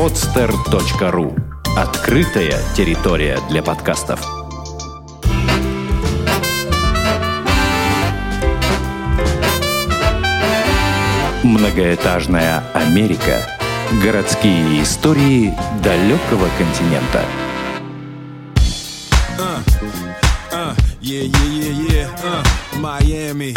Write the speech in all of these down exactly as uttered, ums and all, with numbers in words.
подстер точка ру. Открытая территория для подкастов. Многоэтажная Америка. Городские истории далекого континента. Uh, yeah, yeah, yeah, yeah, uh, Miami,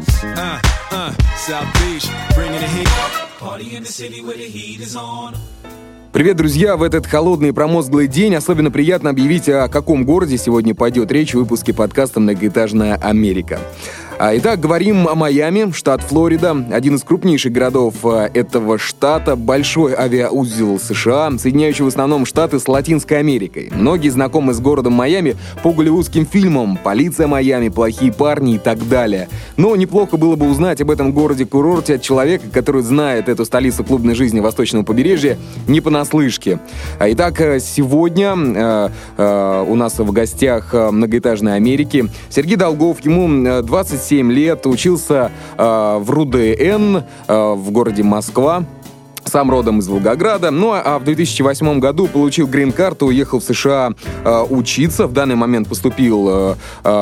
uh, uh, South Beach, bringing the heat, party in the city where the heat is on. Привет, друзья! В этот холодный и промозглый день особенно приятно объявить, о каком городе сегодня пойдет речь в выпуске подкаста «Многоэтажная Америка». Итак, говорим о Майами, штат Флорида, один из крупнейших городов этого штата, большой авиаузел США, соединяющий в основном штаты с Латинской Америкой. Многие знакомы с городом Майами по голливудским фильмам «Полиция Майами», «Плохие парни» и так далее. Но неплохо было бы узнать об этом городе-курорте от человека, который знает эту столицу клубной жизни Восточного побережья не понаслышке. Итак, сегодня э, э, у нас в гостях «Многоэтажной Америки» Сергей Долгов, ему двадцать семь лет, учился э, в РУДН э, в городе Москва, сам родом из Волгограда. Ну а в две тысячи восьмом году получил грин-карту, уехал в США э, учиться. В данный момент поступил э,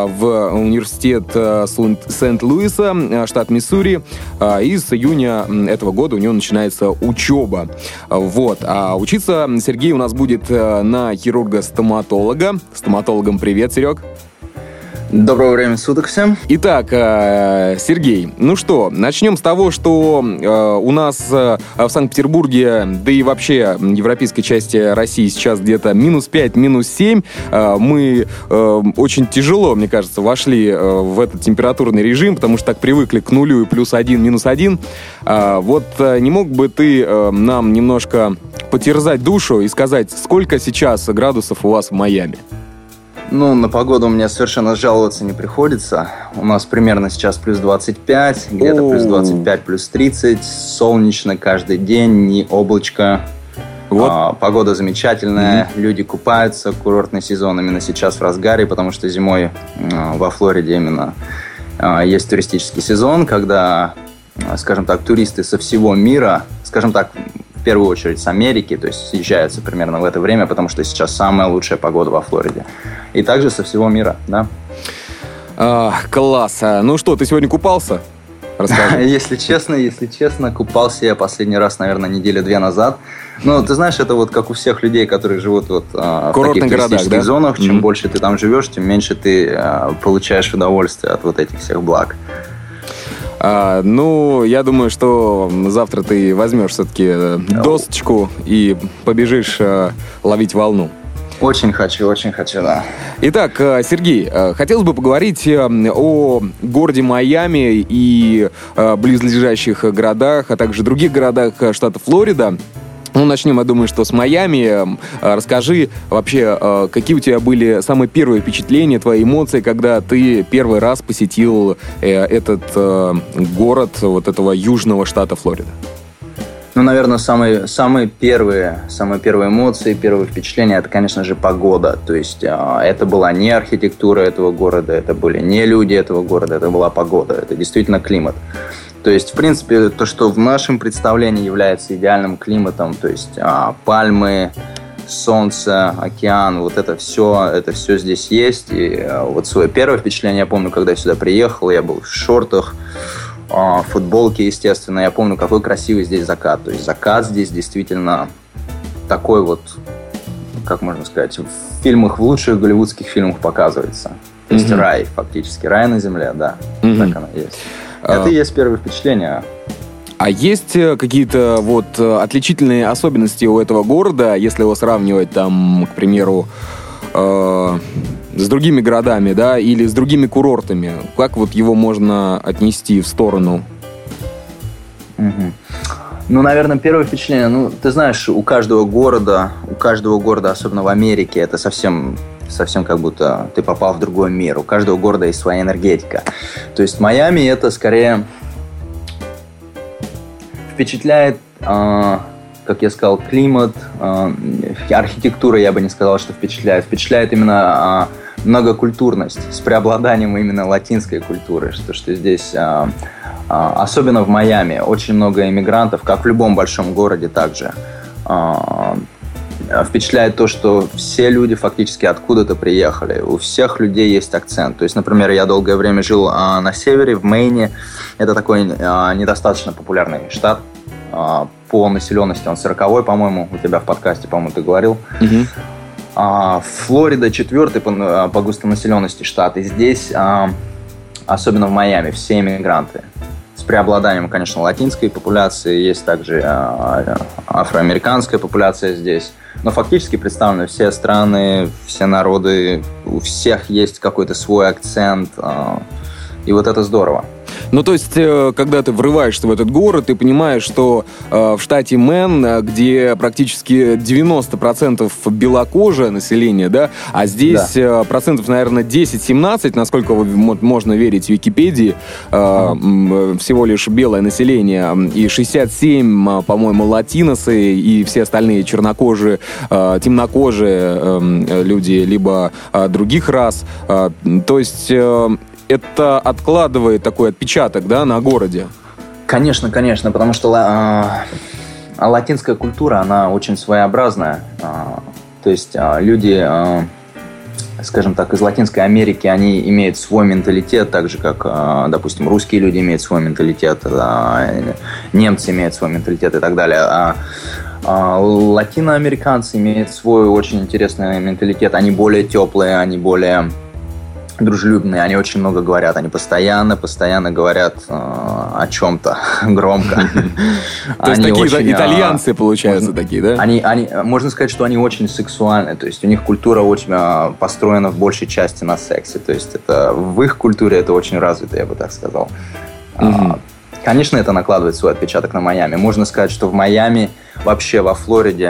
в университет э, Сент-Луиса, э, штат Миссури. Э, и с июня этого года у него начинается учеба. Вот. А учиться Сергей у нас будет э, на хирурга-стоматолога. Стоматологам привет, Серег. Доброго времени суток всем. Итак, Сергей, ну что, начнем с того, что у нас в Санкт-Петербурге, да и вообще в европейской части России сейчас где-то минус пять, минус семь. Мы очень тяжело, мне кажется, вошли в этот температурный режим, потому что так привыкли к нулю и плюс один, минус один. Вот не мог бы ты нам немножко потерзать душу и сказать, сколько сейчас градусов у вас в Майами? Ну, на погоду мне совершенно жаловаться не приходится. У нас примерно сейчас плюс двадцать пять, где-то плюс двадцать пять, плюс тридцать. Солнечно каждый день, не облачко. Вот. А, погода замечательная, mm-hmm. люди купаются. Курортный сезон именно сейчас в разгаре, потому что зимой а, во Флориде именно а, есть туристический сезон, когда, а, скажем так, туристы со всего мира, скажем так, в первую очередь с Америки, то есть съезжаются примерно в это время, потому что сейчас самая лучшая погода во Флориде. И также со всего мира, да. А, класс. Ну что, ты сегодня купался? Расскажи. Если честно, если честно, купался я последний раз, наверное, неделю две назад. Ну, ты знаешь, это вот как у всех людей, которые живут вот в таких туристических да? зонах. Чем mm-hmm. больше ты там живешь, тем меньше ты а, получаешь удовольствие от вот этих всех благ. А, ну, я думаю, что завтра ты возьмешь все-таки досочку и побежишь а, ловить волну. Очень хочу, очень хочу, да. Итак, Сергей, хотелось бы поговорить о городе Майами и близлежащих городах, а также других городах штата Флорида. Ну, начнем, я думаю, что с Майами. Расскажи вообще, какие у тебя были самые первые впечатления, твои эмоции, когда ты первый раз посетил этот город вот этого южного штата Флорида? Ну, наверное, самые, самые, первые, самые первые эмоции, первые впечатления, это, конечно же, погода. То есть это была не архитектура этого города, это были не люди этого города, это была погода, это действительно климат. То есть, в принципе, то, что в нашем представлении является идеальным климатом, то есть а, пальмы, солнце, океан, вот это все, это все здесь есть. И а, вот свое первое впечатление, я помню, когда я сюда приехал, я был в шортах, а, футболке, естественно. Я помню, какой красивый здесь закат. То есть закат здесь действительно такой вот, как можно сказать, в фильмах, в лучших голливудских фильмах показывается. То есть mm-hmm. рай, фактически, рай на земле, да, mm-hmm. так оно и есть. Это и есть первое впечатление. А есть какие-то вот отличительные особенности у этого города, если его сравнивать там, к примеру, э, с другими городами, да, или с другими курортами? Как вот его можно отнести в сторону? Угу. Ну, наверное, первое впечатление, ну, ты знаешь, у каждого города, у каждого города, особенно в Америке, это совсем... совсем как будто ты попал в другой мир. У каждого города есть своя энергетика. То есть Майами это скорее впечатляет, э, как я сказал, климат, э, архитектура, я бы не сказал, что впечатляет. Впечатляет именно э, многокультурность с преобладанием именно латинской культуры. Что, что здесь, э, э, особенно в Майами, очень много иммигрантов, как в любом большом городе также. впечатляет то, что все люди фактически откуда-то приехали. У всех людей есть акцент. То есть, например, я долгое время жил а, на севере, в Мэйне. Это такой а, недостаточно популярный штат. А, по населенности он сороковой, по-моему. У тебя в подкасте, по-моему, ты говорил. Mm-hmm. А, Флорида четвертый по, по густонаселенности штат. И здесь, а, особенно в Майами, все иммигранты. С преобладанием, конечно, латинской популяции. Есть также а, афроамериканская популяция здесь. Но фактически представлены все страны, все народы, у всех есть какой-то свой акцент, и вот это здорово. Ну, то есть, когда ты врываешься в этот город, ты понимаешь, что э, в штате Мэн, где практически девяносто процентов белокожее население, да, а здесь да. э, процентов, наверное, десять-семнадцать, насколько можно верить Википедии, э, mm-hmm. всего лишь белое население, и шестьдесят семь, по-моему, латиносы, и все остальные чернокожие, э, темнокожие э, люди, либо э, других рас. Э, то есть... Э, это откладывает такой отпечаток, да, на городе? Конечно, конечно, потому что э, латинская культура, она очень своеобразная. Э, то есть э, люди, э, скажем так, из Латинской Америки, они имеют свой менталитет, так же, как, э, допустим, русские люди имеют свой менталитет, э, немцы имеют свой менталитет и так далее. А, а латиноамериканцы имеют свой очень интересный менталитет. Они более теплые, они более... дружелюбные, они очень много говорят, они постоянно, постоянно говорят э, о чем-то громко. То есть такие итальянцы, получаются, такие, да? Они, они, можно сказать, что они очень сексуальны, то есть у них культура очень построена в большей части на сексе, то есть это в их культуре это очень развито, я бы так сказал. Конечно, это накладывает свой отпечаток на Майами. Можно сказать, что в Майами, вообще во Флориде,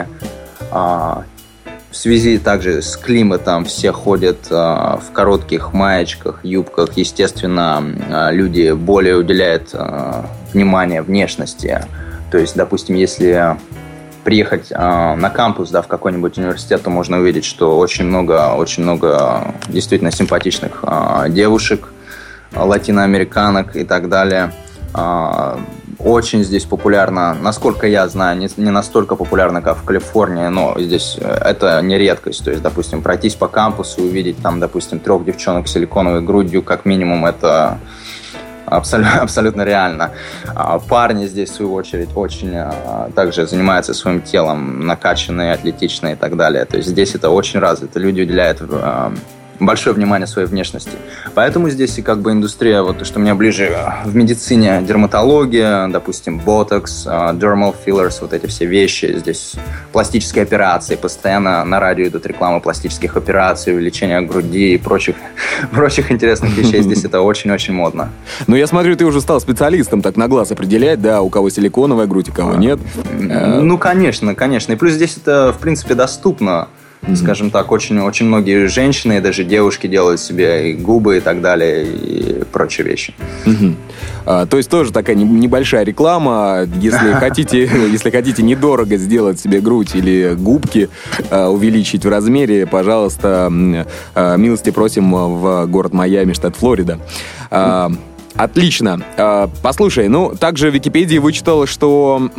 в связи также с климатом все ходят э, в коротких маечках, юбках. Естественно, э, люди более уделяют э, внимание внешности. То есть, допустим, если приехать э, на кампус, да, в какой-нибудь университет, то можно увидеть, что очень много, очень много действительно симпатичных э, девушек, латиноамериканок и так далее. Э, Очень здесь популярно, насколько я знаю, не, не настолько популярно, как в Калифорнии, но здесь это не редкость. То есть, допустим, пройтись по кампусу, увидеть там, допустим, трех девчонок с силиконовой грудью, как минимум, это абсолютно, абсолютно реально. А парни здесь, в свою очередь, очень а, также занимаются своим телом, накачанные, атлетичные и так далее. То есть здесь это очень развито. Люди уделяют... А, большое внимание своей внешности. Поэтому здесь и как бы индустрия, вот то, что мне ближе в медицине, дерматология, допустим, ботокс, dermal fillers, вот эти все вещи. Здесь пластические операции, постоянно на радио идут рекламы пластических операций, увеличения груди и прочих, прочих интересных вещей. Здесь это очень-очень модно. Ну, я смотрю, ты уже стал специалистом так на глаз определять, да, у кого силиконовая грудь, у кого нет. Ну, конечно, конечно. И плюс здесь это, в принципе, доступно. Mm-hmm. Скажем так, очень, очень многие женщины и даже девушки делают себе и губы и так далее, и прочие вещи. Mm-hmm. А, то есть тоже такая небольшая реклама. Если хотите, если хотите недорого сделать себе грудь или губки, увеличить в размере, пожалуйста, милости просим в город Майами, штат Флорида. Mm-hmm. Отлично. Послушай, ну, также в Википедии вычитал, что...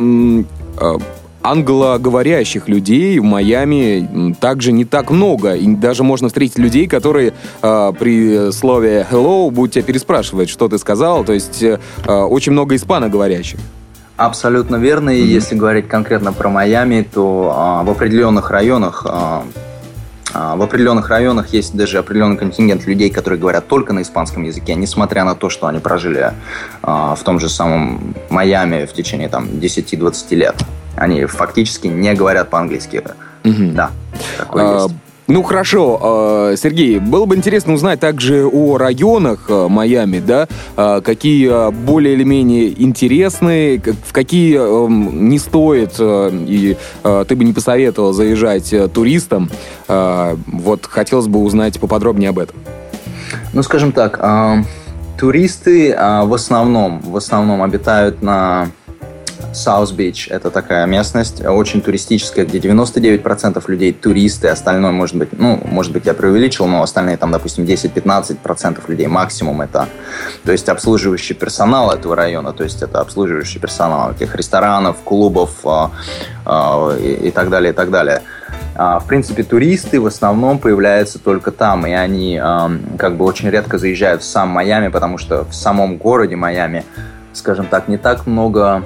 англоговорящих людей в Майами также не так много. И даже можно встретить людей, которые э, при слове «hello» будут тебя переспрашивать, что ты сказал. То есть э, очень много испаноговорящих. Абсолютно верно. И mm-hmm. если говорить конкретно про Майами, то э, в определенных районах... Э, В определенных районах есть даже определенный контингент людей, которые говорят только на испанском языке, несмотря на то, что они прожили а, в том же самом Майами в течение там, десять-двадцать лет. Они фактически не говорят по-английски. Угу. Да, такое а, есть. Ну, хорошо. Сергей, было бы интересно узнать также о районах Майами, да, какие более или менее интересные, в какие не стоит, и ты бы не посоветовал заезжать туристам. Вот хотелось бы узнать поподробнее об этом. Ну, скажем так, туристы в основном, в основном обитают на Саус-Бич – это такая местность, очень туристическая, где девяносто девять процентов людей туристы, остальное, может быть, ну, может быть, я преувеличил, но остальные, там, допустим, десять-пятнадцать процентов людей максимум это, то есть обслуживающий персонал этого района, то есть это обслуживающий персонал этих ресторанов, клубов а, а, и, и так далее, и так далее. В принципе, туристы в основном появляются только там, и они э, как бы очень редко заезжают в сам Майами, потому что в самом городе Майами, скажем так, не так много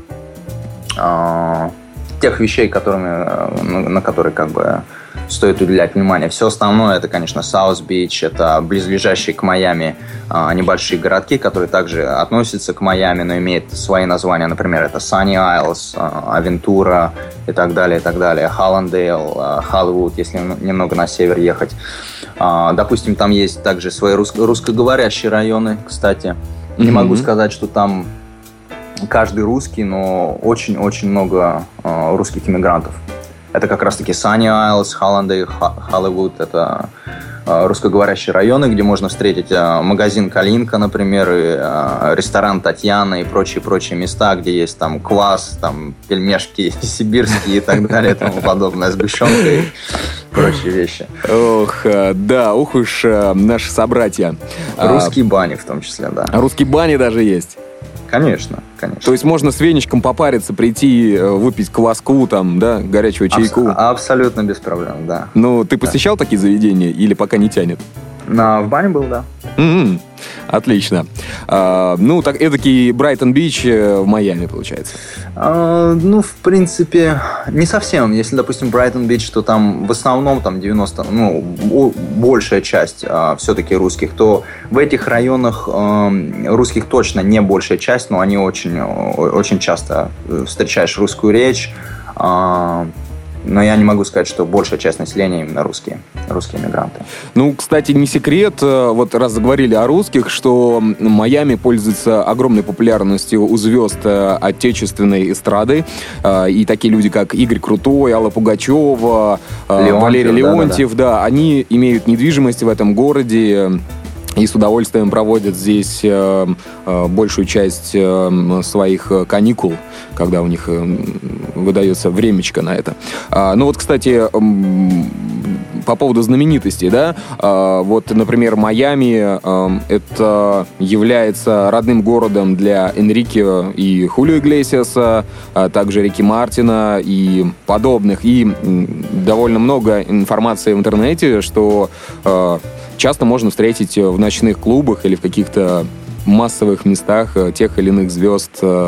э, тех вещей, которыми, э, на, на которые как бы стоит уделять внимание. Все остальное это, конечно, Саус-Бич, это близлежащие к Майами э, небольшие городки, которые также относятся к Майами, но имеют свои названия. Например, это Sunny Isles, э, Авентура и так далее, и так далее. Халлендейл, э, Холливуд, если немного на север ехать. Э, допустим, там есть также свои русско- русскоговорящие районы, кстати. Mm-hmm. Не могу сказать, что там каждый русский, но очень-очень много э, русских иммигрантов. Это как раз-таки Sunny Isles, Халлендейл, Холливуд. Это э, русскоговорящие районы, где можно встретить э, магазин «Калинка», например, и, э, ресторан «Татьяна» и прочие-прочие места, где есть там квас, там пельмешки сибирские и так далее, и тому подобное, сгущенка и прочие вещи. Ох, да, ух уж наши собратья. Русские бани в том числе, да. Русские бани даже есть. Конечно, конечно. То есть можно с веничком попариться, прийти, выпить кваску, там, да, горячего чайку. Абс- абсолютно без проблем, да. Ну, ты посещал да. такие заведения или пока не тянет? На, в бане был, да. Mm-hmm. Отлично. А, ну, так эдакий Брайтон-Бич в Майами, получается. А, ну, в принципе, не совсем. Если, допустим, Брайтон-Бич, то там в основном там девяносто, ну, большая часть а, все-таки русских, то в этих районах а, русских точно не большая часть, но они очень, очень часто встречаешь русскую речь. А, Но я не могу сказать, что большая часть населения именно русские, русские мигранты. Ну, кстати, не секрет, вот раз заговорили о русских, что Майами пользуется огромной популярностью у звезд отечественной эстрады. И такие люди, как Игорь Крутой, Алла Пугачева, Леонтьев, Валерий Леонтьев, да, да, да. да, они имеют недвижимость в этом городе и с удовольствием проводят здесь э, э, большую часть э, своих каникул, когда у них э, выдается времечко на это. А, ну вот, кстати, э, по поводу знаменитостей, да, э, вот, например, Майами э, это является родным городом для Энрике и Хулио Иглесиаса, а также Рики Мартина и подобных. И э, довольно много информации в интернете, что э, часто можно встретить в ночных клубах или в каких-то массовых местах тех или иных звезд э,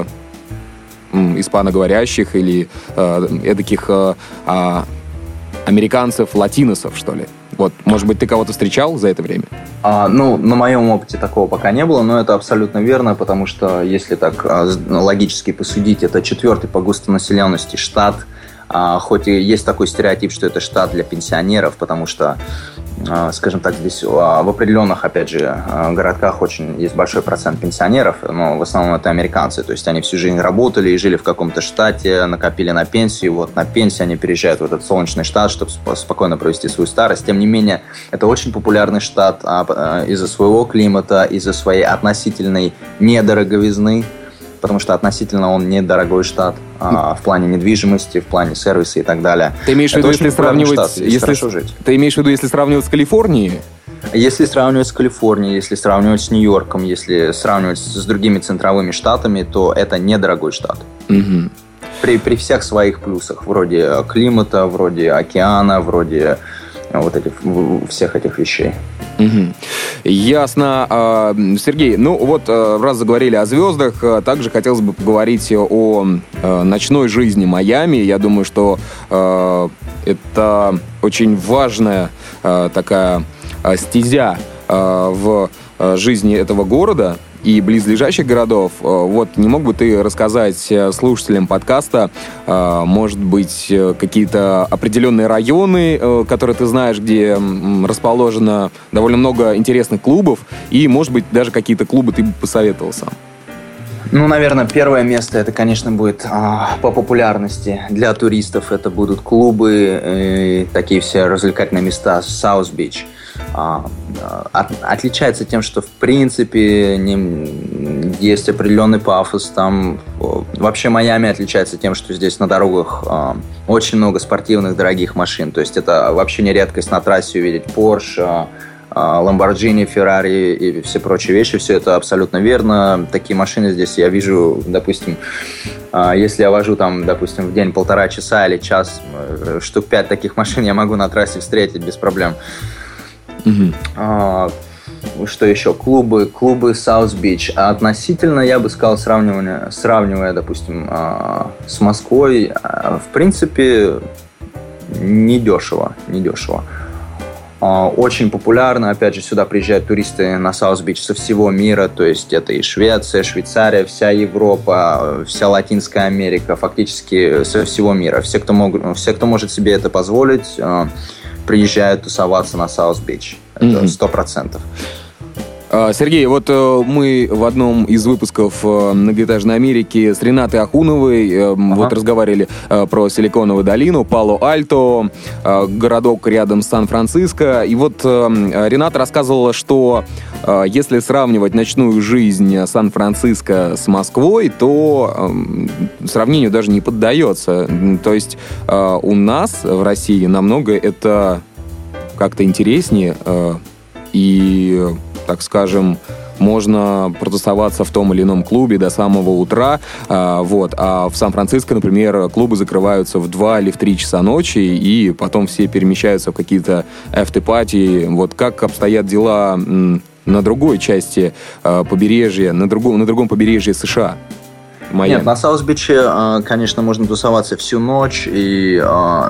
испаноговорящих или э, эдаких э, э, американцев, латиносов, что ли. Вот, может быть, ты кого-то встречал за это время? А, ну, на моем опыте такого пока не было, но это абсолютно верно, потому что, если так а, логически посудить, это четвертый по густонаселенности штат. А, хоть и есть такой стереотип, что это штат для пенсионеров, потому что, а, скажем так, здесь а, в определенных, опять же, а, городках очень есть большой процент пенсионеров, но в основном это американцы, то есть они всю жизнь работали и жили в каком-то штате, накопили на пенсию, вот на пенсию они переезжают в этот солнечный штат, чтобы сп- спокойно провести свою старость. Тем не менее, это очень популярный штат а, а, из-за своего климата, из-за своей относительной недороговизны, потому что относительно он недорогой штат а, в плане недвижимости, в плане сервиса и так далее. Ты имеешь в виду, если сравнивать, если, жить. Ты имеешь в виду, если сравнивать с Калифорнией? Если сравнивать с Калифорнией, если сравнивать с Нью-Йорком, если сравнивать с другими центровыми штатами, то это недорогой штат. Угу. При, при всех своих плюсах, вроде климата, вроде океана, вроде вот этих, всех этих вещей. Угу. Ясно. Сергей, ну вот раз заговорили о звездах, также хотелось бы поговорить о ночной жизни Майами. Я думаю, что это очень важная такая стезя в жизни этого города и близлежащих городов. Вот не мог бы ты рассказать слушателям подкаста, может быть, какие-то определенные районы, которые ты знаешь, где расположено довольно много интересных клубов, и, может быть, даже какие-то клубы ты бы посоветовал сам? Ну, наверное, первое место, это, конечно, будет а, по популярности для туристов. Это будут клубы, э, такие все развлекательные места, Саус-Бич. А, от, отличается тем, что, в принципе, не, есть определенный пафос. Там вообще Майами отличается тем, что здесь на дорогах э, очень много спортивных дорогих машин. То есть это вообще не редкость на трассе увидеть Porsche, Lamborghini, Ferrari и все прочие вещи. Все это абсолютно верно. Такие машины здесь я вижу, допустим, если я вожу там, допустим, в день полтора часа или час, штук пять таких машин я могу на трассе встретить без проблем. Mm-hmm. А, что еще? Клубы, клубы South Beach. Относительно, я бы сказал, сравнивая, сравнивая, допустим, с Москвой, в принципе, недешево, недешево. Очень популярно, опять же, сюда приезжают туристы на Саус-Бич со всего мира, то есть это и Швеция, Швейцария, вся Европа, вся Латинская Америка, фактически со всего мира. Все, кто, мог, все, кто может себе это позволить, приезжают тусоваться на Саус-Бич. Это сто процентов. Сергей, вот мы в одном из выпусков «Многоэтажной Америки» с Ренатой Ахуновой ага. вот разговаривали про Силиконовую долину, Пало-Альто, городок рядом с Сан-Франциско. И вот Рената рассказывала, что если сравнивать ночную жизнь Сан-Франциско с Москвой, то сравнению даже не поддается. То есть у нас в России намного это как-то интереснее и... так скажем, можно протусоваться в том или ином клубе до самого утра, а, вот. А в Сан-Франциско, например, клубы закрываются в два или в три часа ночи, и потом все перемещаются в какие-то эфте-пати. Вот как обстоят дела м, на другой части а, побережья, на другом, на другом побережье США? Майами. Нет, на Саус-Биче, конечно, можно тусоваться всю ночь, и э,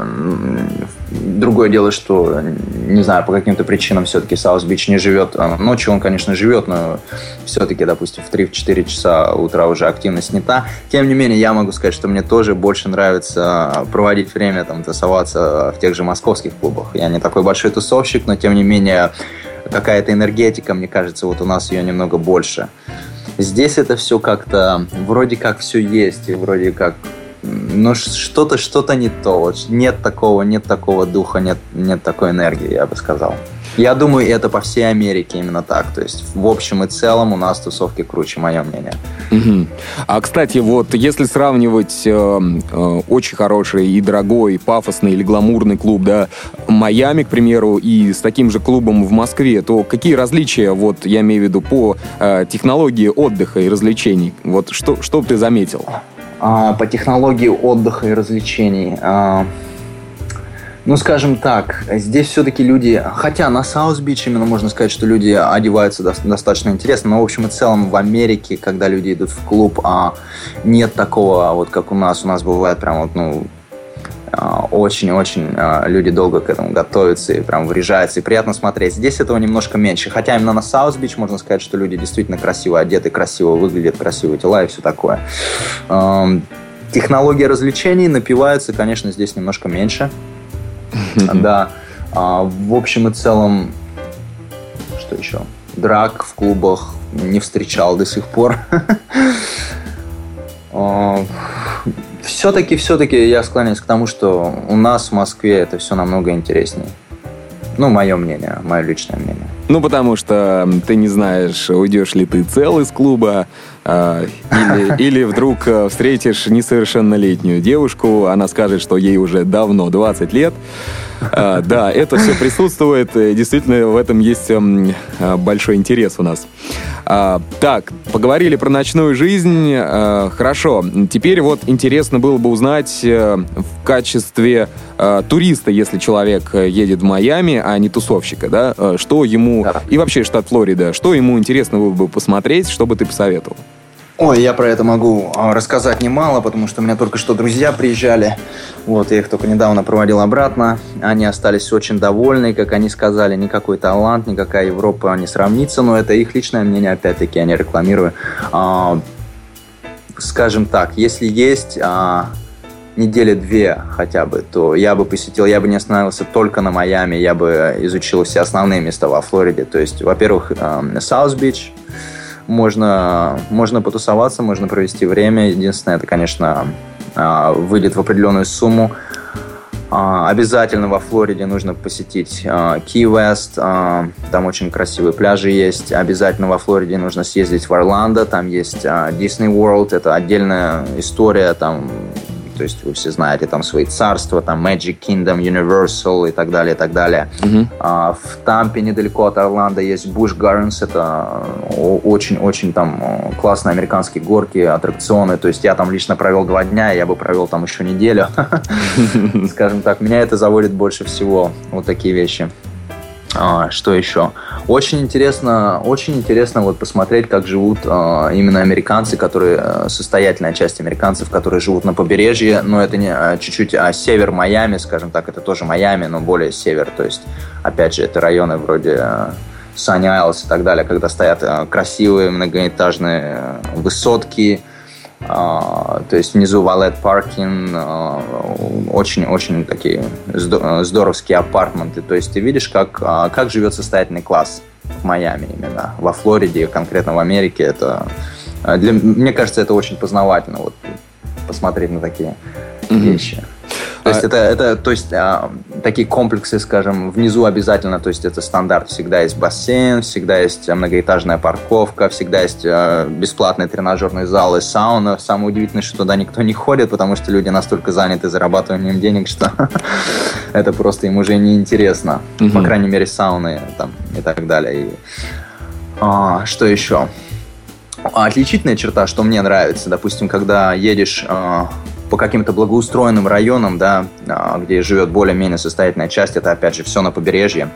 другое дело, что, не знаю, по каким-то причинам все-таки Саус-Бич не живет. Ночью он, конечно, живет, но все-таки, допустим, в три-четыре часа утра уже активность не та. Тем не менее, я могу сказать, что мне тоже больше нравится проводить время, там, тусоваться в тех же московских клубах. Я не такой большой тусовщик, но, тем не менее, какая-то энергетика, мне кажется, вот у нас ее немного больше. Здесь это все как-то, вроде как все есть, и вроде как, но что-то, что-то не то. Вот нет такого, нет такого духа, нет, нет такой энергии, я бы сказал. Я думаю, это по всей Америке именно так. То есть, в общем и целом, у нас тусовки круче, мое мнение. Угу. А, кстати, вот если сравнивать э, э, очень хороший и дорогой, пафосный или гламурный клуб, да, Майами, к примеру, и с таким же клубом в Москве, то какие различия, вот я имею в виду, по э, технологии отдыха и развлечений? Вот что, что бы ты заметил? А, по технологии отдыха и развлечений... А... Ну, скажем так, здесь все-таки люди, хотя на Саус-Бич именно можно сказать, что люди одеваются до- достаточно интересно, но в общем и целом в Америке, когда люди идут в клуб, а, нет такого, вот как у нас, у нас бывает прям вот, ну, очень-очень люди долго к этому готовятся и прям врежаются, и приятно смотреть. Здесь этого немножко меньше, хотя именно на Саус-Бич можно сказать, что люди действительно красиво одеты, красиво выглядят, красивые тела и все такое. Технология развлечений, напиваются, конечно, здесь немножко меньше. Да, а, в общем и целом, что еще? Драк в клубах не встречал до сих пор. Все-таки, все-таки я склоняюсь к тому, что у нас в Москве это все намного интереснее. Ну, мое мнение, мое личное мнение. Ну, потому что ты не знаешь, уйдешь ли ты цел из клуба, э, или, или вдруг встретишь несовершеннолетнюю девушку, она скажет, что ей уже давно двадцать лет. Э, да, это все присутствует, и действительно в этом есть э, большой интерес у нас. Э, так, поговорили про ночную жизнь, э, хорошо. Теперь вот интересно было бы узнать э, в качестве э, туриста, если человек едет в Майами, а не тусовщика, да, э, что ему... Да. И вообще штат Флорида. Что ему интересно было бы посмотреть, что бы ты посоветовал? Ой, я про это могу рассказать немало, потому что у меня только что друзья приезжали. Вот, я их только недавно проводил обратно. Они остались очень довольны, как они сказали, никакой талант, никакая Европа не сравнится, но это их личное мнение, опять-таки, я не рекламирую. А, скажем так, если есть... А, недели две хотя бы, то я бы посетил, я бы не остановился только на Майами, я бы изучил все основные места во Флориде. То есть, во-первых, Саус-Бич, можно, можно потусоваться, можно провести время. Единственное, это, конечно, выйдет в определенную сумму. А, обязательно во Флориде нужно посетить Ки-Вест, а, там очень красивые пляжи есть. Обязательно во Флориде нужно съездить в Орландо, там есть Disney World, это отдельная история, там, то есть вы все знаете, там свои царства, там Magic Kingdom, Universal и так далее, и так далее. Mm-hmm. А, в Тампе, недалеко от Орландо, есть Busch Gardens, это очень-очень там классные американские горки, аттракционы, то есть я там лично провел два дня, я бы провел там еще неделю. Скажем так, меня это заводит больше всего, вот такие вещи. А, что еще? Очень интересно, очень интересно вот посмотреть, как живут а, именно американцы, которые, состоятельная часть американцев, которые живут на побережье, но это не а, чуть-чуть а, север Майами, скажем так, это тоже Майами, но более север, то есть, опять же, это районы вроде а, Sunny Isles и так далее, когда стоят а, красивые многоэтажные а, высотки, Uh, то есть внизу валет паркинг, очень-очень uh, такие здоровские апартменты. То есть ты видишь, как, uh, как живет состоятельный класс в Майами именно. Во Флориде, конкретно в Америке. Это, для, мне кажется, это очень познавательно вот, посмотреть на такие mm-hmm. вещи. То есть, а... это, это, то есть а, такие комплексы, скажем, внизу обязательно, то есть это стандарт. Всегда есть бассейн, всегда есть многоэтажная парковка, всегда есть а, бесплатные тренажерные залы, сауна. Самое удивительное, что туда никто не ходит, потому что люди настолько заняты зарабатыванием денег, что это просто им уже неинтересно. По крайней мере, сауны там, и так далее. И, а, что еще? Отличительная черта, что мне нравится, допустим, когда едешь... А, по каким-то благоустроенным районам, да, где живет более-менее состоятельная часть, это, опять же, все на побережье,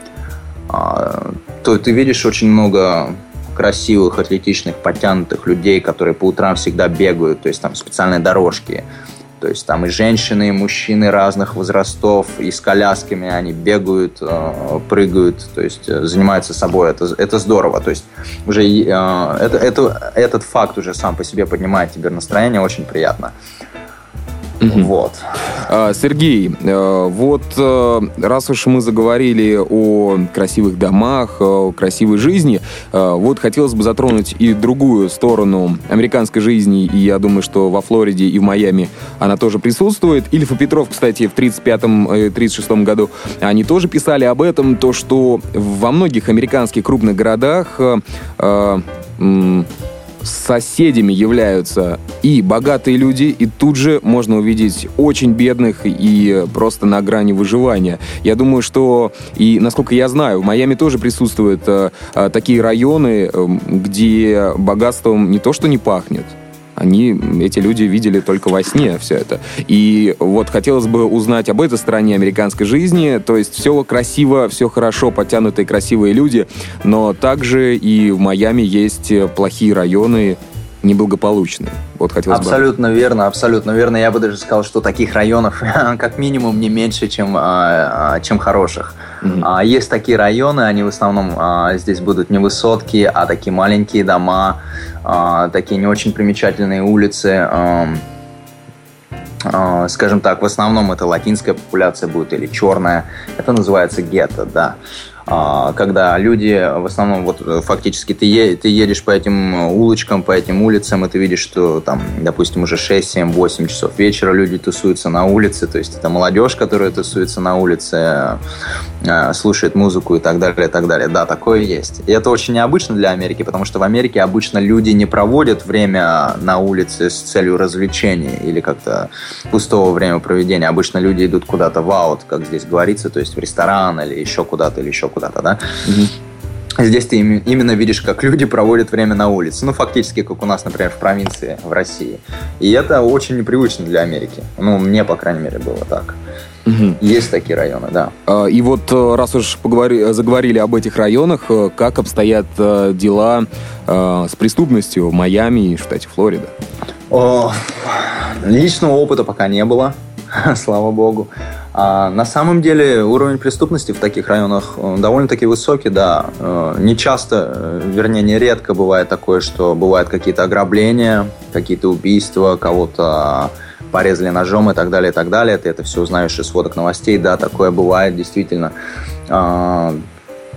то ты видишь очень много красивых, атлетичных, подтянутых людей, которые по утрам всегда бегают, то есть там специальные дорожки, то есть там и женщины, и мужчины разных возрастов, и с колясками они бегают, прыгают, то есть занимаются собой, это, это здорово, то есть уже это, это, этот факт уже сам по себе поднимает тебе настроение, очень приятно. Mm-hmm. Вот. Сергей, вот раз уж мы заговорили о красивых домах, о красивой жизни, вот хотелось бы затронуть и другую сторону американской жизни, и я думаю, что во Флориде и в Майами она тоже присутствует. Ильф и Петров, кстати, в тридцать пятом - тридцать шестом году, они тоже писали об этом, то, что во многих американских крупных городах э, э, соседями являются и богатые люди, и тут же можно увидеть очень бедных и просто на грани выживания. Я думаю, что, и насколько я знаю, в Майами тоже присутствуют э, э, такие районы, э, где богатством не то что не пахнет, они, эти люди видели только во сне все это. И вот хотелось бы узнать об этой стороне американской жизни. То есть все красиво, все хорошо, подтянутые красивые люди, но также и в Майами есть плохие районы, неблагополучные. Вот хотелось абсолютно бы... верно, абсолютно верно. Я бы даже сказал, что таких районов как минимум не меньше, чем, чем хороших. Mm-hmm. Есть такие районы, они в основном здесь будут не высотки, а такие маленькие дома, такие не очень примечательные улицы. Скажем так, в основном это латинская популяция будет или черная. Это называется гетто, да. Когда люди в основном, вот фактически ты, е- ты едешь по этим улочкам, по этим улицам, и ты видишь, что там, допустим, уже шесть, семь, восемь часов вечера люди тусуются на улице, то есть это молодежь, которая тусуется на улице, слушает музыку и так далее, и так далее. Да, такое есть. И это очень необычно для Америки, потому что в Америке обычно люди не проводят время на улице с целью развлечения или как-то пустого времяпроведения. Обычно люди идут куда-то в аут, как здесь говорится, то есть в ресторан или еще куда-то, или еще куда-то, да? Mm-hmm. Здесь ты именно видишь, как люди проводят время на улице. Ну, фактически, как у нас, например, в провинции, в России. И это очень непривычно для Америки. Ну, мне, по крайней мере, было так. Mm-hmm. Есть такие районы, да. И вот, раз уж поговори, заговорили об этих районах, как обстоят дела с преступностью в Майами и штате Флорида? О, личного опыта пока не было, слава богу. А на самом деле уровень преступности в таких районах довольно-таки высокий, да. Не часто, вернее, нередко бывает такое, что бывают какие-то ограбления, какие-то убийства, кого-то порезали ножом и так далее, и так далее. Ты это все узнаешь из сводок новостей, да, такое бывает, действительно. А,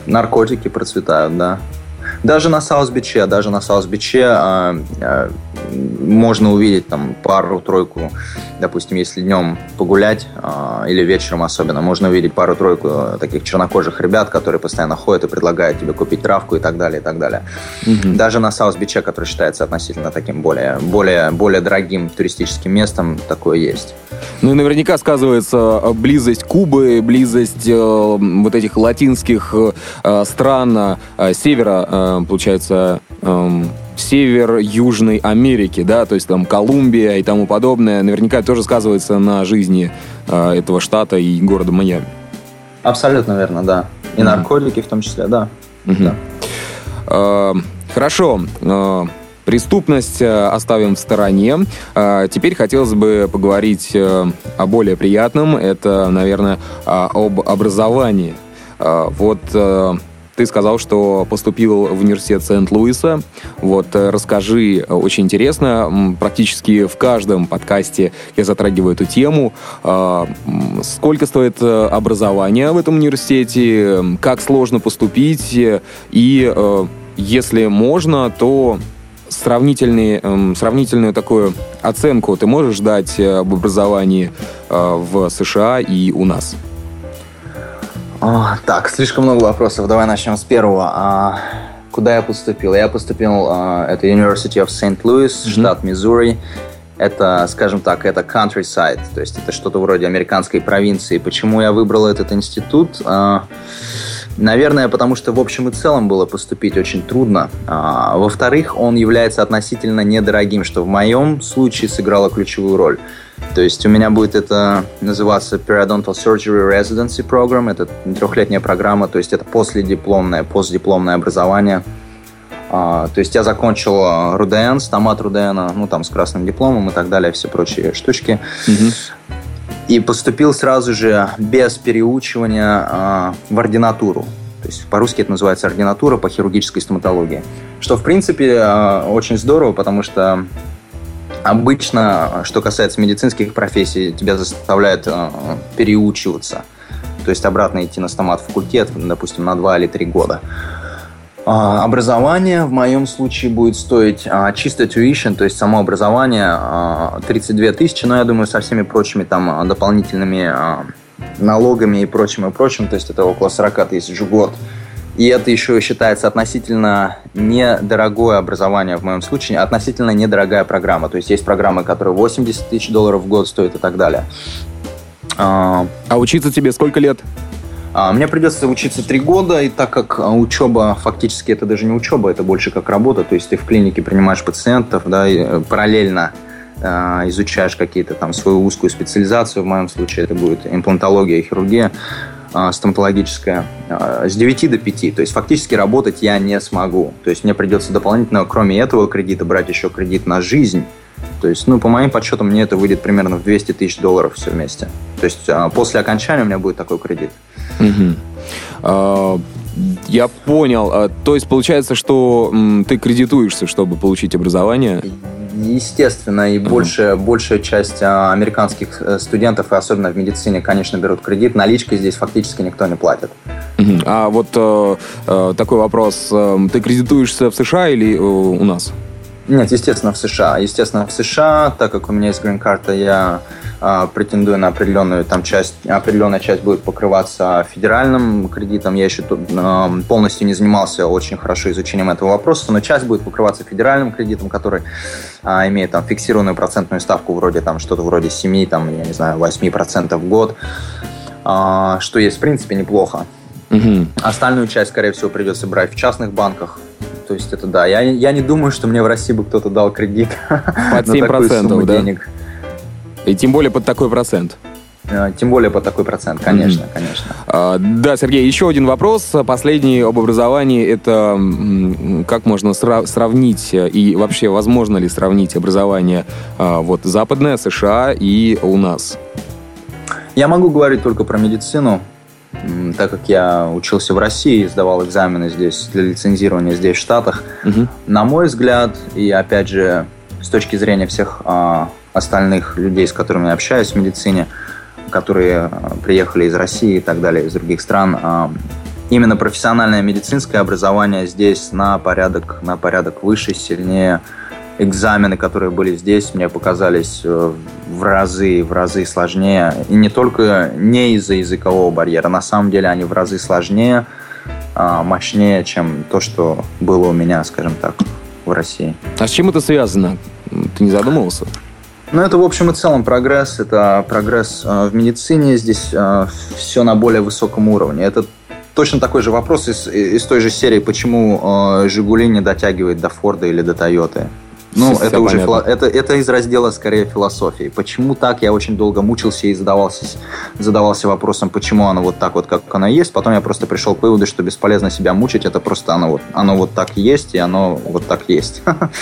наркотики процветают, да. Даже на Саус-Биче, даже на Саус-Биче а, а, можно увидеть там пару-тройку, допустим, если днем погулять или вечером особенно, можно увидеть пару-тройку таких чернокожих ребят, которые постоянно ходят и предлагают тебе купить травку и так далее, и так далее. Mm-hmm. Даже на Саус-Биче, который считается относительно таким более, более, более дорогим туристическим местом, такое есть. Ну и наверняка сказывается близость Кубы, близость э, вот этих латинских э, стран э, севера, э, получается, э, север Южной Америки, да, то есть там Колумбия и тому подобное, наверняка тоже сказывается на жизни э, этого штата и города Майами. Абсолютно верно, да. И mm-hmm. наркотики в том числе, да. Mm-hmm. да. Э, хорошо. Э, Преступность оставим в стороне. Теперь хотелось бы поговорить о более приятном. Это, наверное, об образовании. Вот ты сказал, что поступил в университет Сент-Луиса. Вот расскажи, очень интересно. Практически в каждом подкасте я затрагиваю эту тему. Сколько стоит образование в этом университете? Как сложно поступить? И если можно, то Сравнительные, эм, сравнительную такую оценку ты можешь дать об образовании э, в США и у нас? О, так, слишком много вопросов. Давай начнем с первого. А, куда я поступил? Я поступил, а, это University of Saint-Louis, mm-hmm. штат Миссури. Это, скажем так, это countryside, то есть это что-то вроде американской провинции. Почему я выбрал этот институт? А, Наверное, потому что в общем и целом было поступить очень трудно. А, во-вторых, он является относительно недорогим, что в моем случае сыграло ключевую роль. То есть у меня будет это называться Periodontal Surgery Residency Program. Это трехлетняя программа, то есть это последипломное, постдипломное образование. А, то есть я закончил РУДН, стомат РУДН, ну там с красным дипломом и так далее, все прочие штучки. Mm-hmm. И поступил сразу же без переучивания э, в ординатуру. То есть по-русски это называется ординатура по хирургической стоматологии. Что, в принципе, э, очень здорово, потому что обычно, что касается медицинских профессий, тебя заставляют э, переучиваться. То есть обратно идти на стомат-факультет, допустим, на два или три года. Образование в моем случае будет стоить а, чисто tuition, то есть само образование а, тридцать две тысячи, но я думаю со всеми прочими там дополнительными а, налогами и прочим и прочим, то есть это около сорок тысяч в год. И это еще считается относительно недорогое образование в моем случае, относительно недорогая программа. То есть есть программы, которые восемьдесят тысяч долларов в год стоят и так далее. А, а учиться тебе сколько лет? Мне придется учиться три года, и так как учеба, фактически это даже не учеба, это больше как работа, то есть ты в клинике принимаешь пациентов, да, и параллельно э, изучаешь какие-то там свою узкую специализацию, в моем случае это будет имплантология и хирургия э, стоматологическая, э, с девяти до пяти, то есть фактически работать я не смогу, то есть мне придется дополнительно, кроме этого кредита, брать еще кредит на жизнь. То есть, ну, по моим подсчетам, мне это выйдет примерно в двести тысяч долларов все вместе. То есть, после окончания у меня будет такой кредит. Угу. А, я понял. То есть, получается, что м, ты кредитуешься, чтобы получить образование? Естественно, и uh-huh. большая, большая часть а, американских студентов, и особенно в медицине, конечно, берут кредит. Наличкой здесь фактически никто не платит. Uh-huh. А вот э, э, такой вопрос. Ты кредитуешься в США или э, у нас? Нет, естественно, в США. Естественно, в США, так как у меня есть грин-карта, я а, претендую на определенную там часть, определенная часть будет покрываться федеральным кредитом. Я еще тут а, полностью не занимался очень хорошо изучением этого вопроса, но часть будет покрываться федеральным кредитом, который а, имеет там фиксированную процентную ставку вроде там что-то вроде семь, там, я не знаю, восемь процентов в год, а, что есть в принципе неплохо. Угу. Остальную часть, скорее всего, придется брать в частных банках. То есть это да. Я, я не думаю, что мне в России бы кто-то дал кредит под семь процентов, да? Денег. И тем более под такой процент. Тем более под такой процент, конечно, mm-hmm. конечно. А, да, Сергей, еще один вопрос. Последний об образовании. Это как можно сра- сравнить и вообще возможно ли сравнить образование а, вот западное, США и у нас? Я могу говорить только про медицину. Так как я учился в России, сдавал экзамены здесь для лицензирования здесь, в Штатах, угу. на мой взгляд, и опять же, с точки зрения всех а, остальных людей, с которыми я общаюсь в медицине, которые а, приехали из России и так далее, из других стран, а, именно профессиональное медицинское образование здесь на порядок, на порядок выше, сильнее, экзамены, которые были здесь, мне показались в разы, в разы сложнее. И не только не из-за языкового барьера. На самом деле они в разы сложнее, мощнее, чем то, что было у меня, скажем так, в России. А с чем это связано? Ты не задумывался? Ну, это, в общем и целом, прогресс. Это прогресс в медицине. Здесь все на более высоком уровне. Это точно такой же вопрос из, из той же серии, почему «Жигули» не дотягивает до Форда или до Тойоты. Ну, это уже фило... это, это из раздела, скорее, философии. Почему так? Я очень долго мучился и задавался, задавался вопросом, почему оно вот так вот, как оно есть. Потом я просто пришел к выводу, что бесполезно себя мучить. Это просто оно вот, оно вот так есть, и оно вот так есть.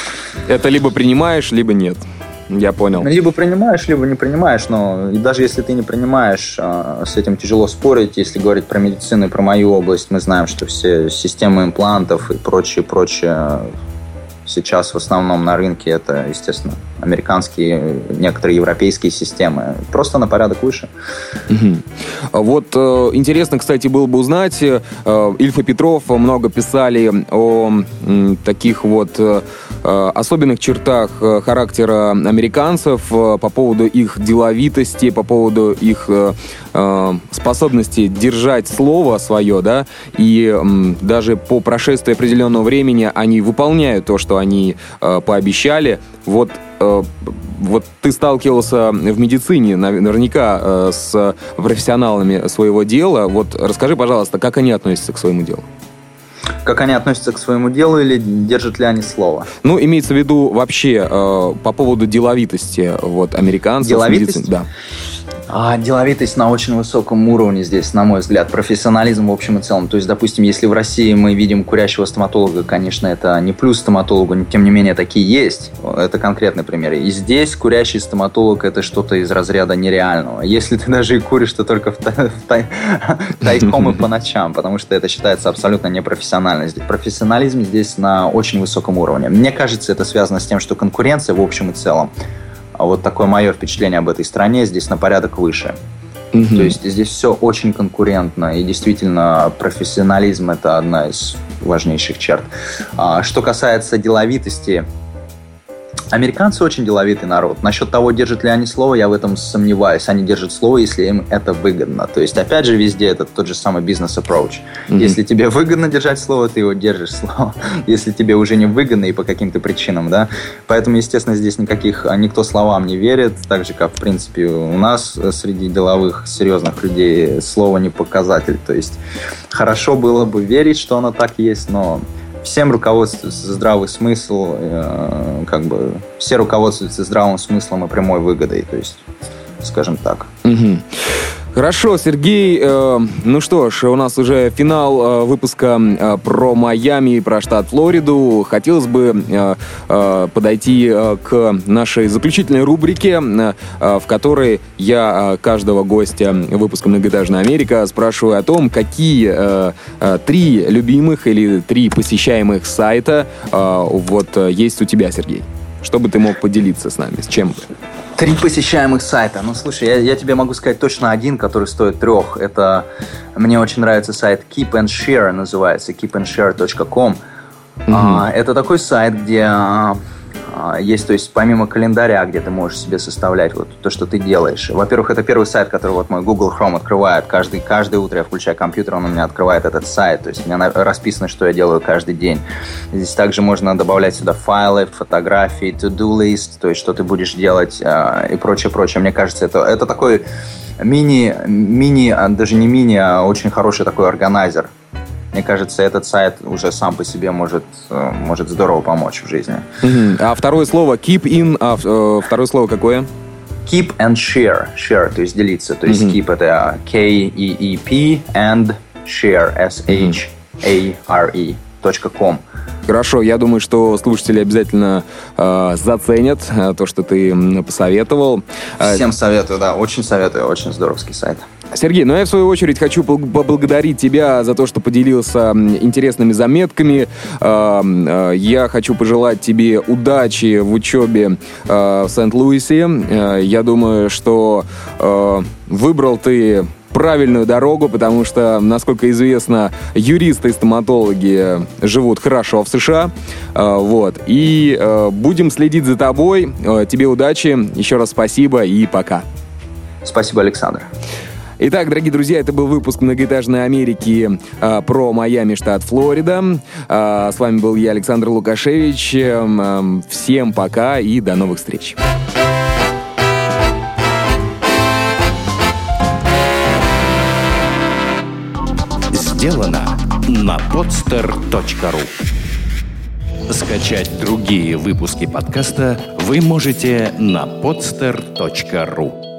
Это либо принимаешь, либо нет. Я понял. Либо принимаешь, либо не принимаешь. Но и даже если ты не принимаешь, с этим тяжело спорить. Если говорить про медицину и про мою область, мы знаем, что все системы имплантов и прочее, прочее... Сейчас в основном на рынке это, естественно, американские, некоторые европейские системы. Просто на порядок выше. Угу. Вот э, интересно, кстати, было бы узнать, э, Ильф и Петров много писали о э, таких вот э, особенных чертах характера американцев, э, по поводу их деловитости, по поводу их э, э, способности держать слово свое, да, и э, даже по прошествии определенного времени они выполняют то, что они э, пообещали. Вот, э, вот ты сталкивался в медицине наверняка э, с профессионалами своего дела. Вот расскажи, пожалуйста, как они относятся к своему делу? Как они относятся к своему делу или держат ли они слово? Ну, имеется в виду вообще э, по поводу деловитости вот, американцев. Деловитость? Да. А, деловитость на очень высоком уровне здесь, на мой взгляд. Профессионализм в общем и целом. То есть, допустим, если в России мы видим курящего стоматолога, конечно, это не плюс стоматологу, но тем не менее такие есть. Это конкретный пример. И здесь курящий стоматолог – это что-то из разряда нереального. Если ты даже и куришь, то только в тай- в тай- тайком и по ночам, потому что это считается абсолютно непрофессионально. Профессионализм здесь на очень высоком уровне. Мне кажется, это связано с тем, что конкуренция в общем и целом, вот такое мое впечатление об этой стране, здесь на порядок выше. Mm-hmm. То есть здесь все очень конкурентно, и действительно профессионализм – это одна из важнейших черт. А, что касается деловитости, американцы очень деловитый народ. Насчет того, держат ли они слово, я в этом сомневаюсь. Они держат слово, если им это выгодно. То есть, опять же, везде это тот же самый бизнес-аппроуч. Mm-hmm. Если тебе выгодно держать слово, ты его держишь слово. Если тебе уже не выгодно и по каким-то причинам, да. Поэтому, естественно, здесь никаких, никто словам не верит. Так же, как, в принципе, у нас среди деловых, серьезных людей слово не показатель. То есть, хорошо было бы верить, что оно так есть, но... Всем руководствуется здравый смысл, э, как бы все руководствуются здравым смыслом и прямой выгодой, то есть, скажем так. Угу. Хорошо, Сергей. Э, ну что ж, у нас уже финал э, выпуска э, про Майами, про штат Флориду. Хотелось бы э, э, подойти э, к нашей заключительной рубрике, э, в которой я э, каждого гостя выпуска «Многоэтажная Америка» спрашиваю о том, какие э, э, три любимых или три посещаемых сайта э, вот э, есть у тебя, Сергей. Чтобы ты мог поделиться с нами, с чем? Три посещаемых сайта. Ну, слушай, я, я тебе могу сказать точно один, который стоит трех. Это, мне очень нравится сайт Keep and Share, называется, keep and share точка com. Mm-hmm. А, это такой сайт, где а, есть, то есть, помимо календаря, где ты можешь себе составлять вот то, что ты делаешь. Во-первых, это первый сайт, который вот мой Google Chrome открывает. Каждый, каждое утро я включаю компьютер, он у меня открывает этот сайт. То есть, у меня расписано, что я делаю каждый день. Здесь также можно добавлять сюда файлы, фотографии, to-do list, то есть, что ты будешь делать э, и прочее, прочее. Мне кажется, это, это такой мини, мини, даже не мини, а очень хороший такой органайзер. Мне кажется, этот сайт уже сам по себе может, может здорово помочь в жизни. Mm-hmm. А второе слово keep in, а э, второе слово какое? Keep and share. Share, то есть делиться. То есть mm-hmm. keep это K E E P and share, S H A R E точка com. Хорошо, я думаю, что слушатели обязательно э, заценят э, то, что ты посоветовал. Всем советую, да, очень советую, очень здоровский сайт. Сергей, ну я в свою очередь хочу поблагодарить тебя за то, что поделился интересными заметками. Я хочу пожелать тебе удачи в учебе в Сент-Луисе. Я думаю, что выбрал ты правильную дорогу, потому что, насколько известно, юристы и стоматологи живут хорошо в США. Вот. И будем следить за тобой. Тебе удачи. Еще раз спасибо и пока. Спасибо, Александр. Итак, дорогие друзья, это был выпуск «Многоэтажной Америки» э, про Майами, штат Флорида. Э, с вами был я, Александр Лукашевич. Э, всем пока и до новых встреч. Сделано на подстер точка ру. Скачать другие выпуски подкаста вы можете на подстер точка ру.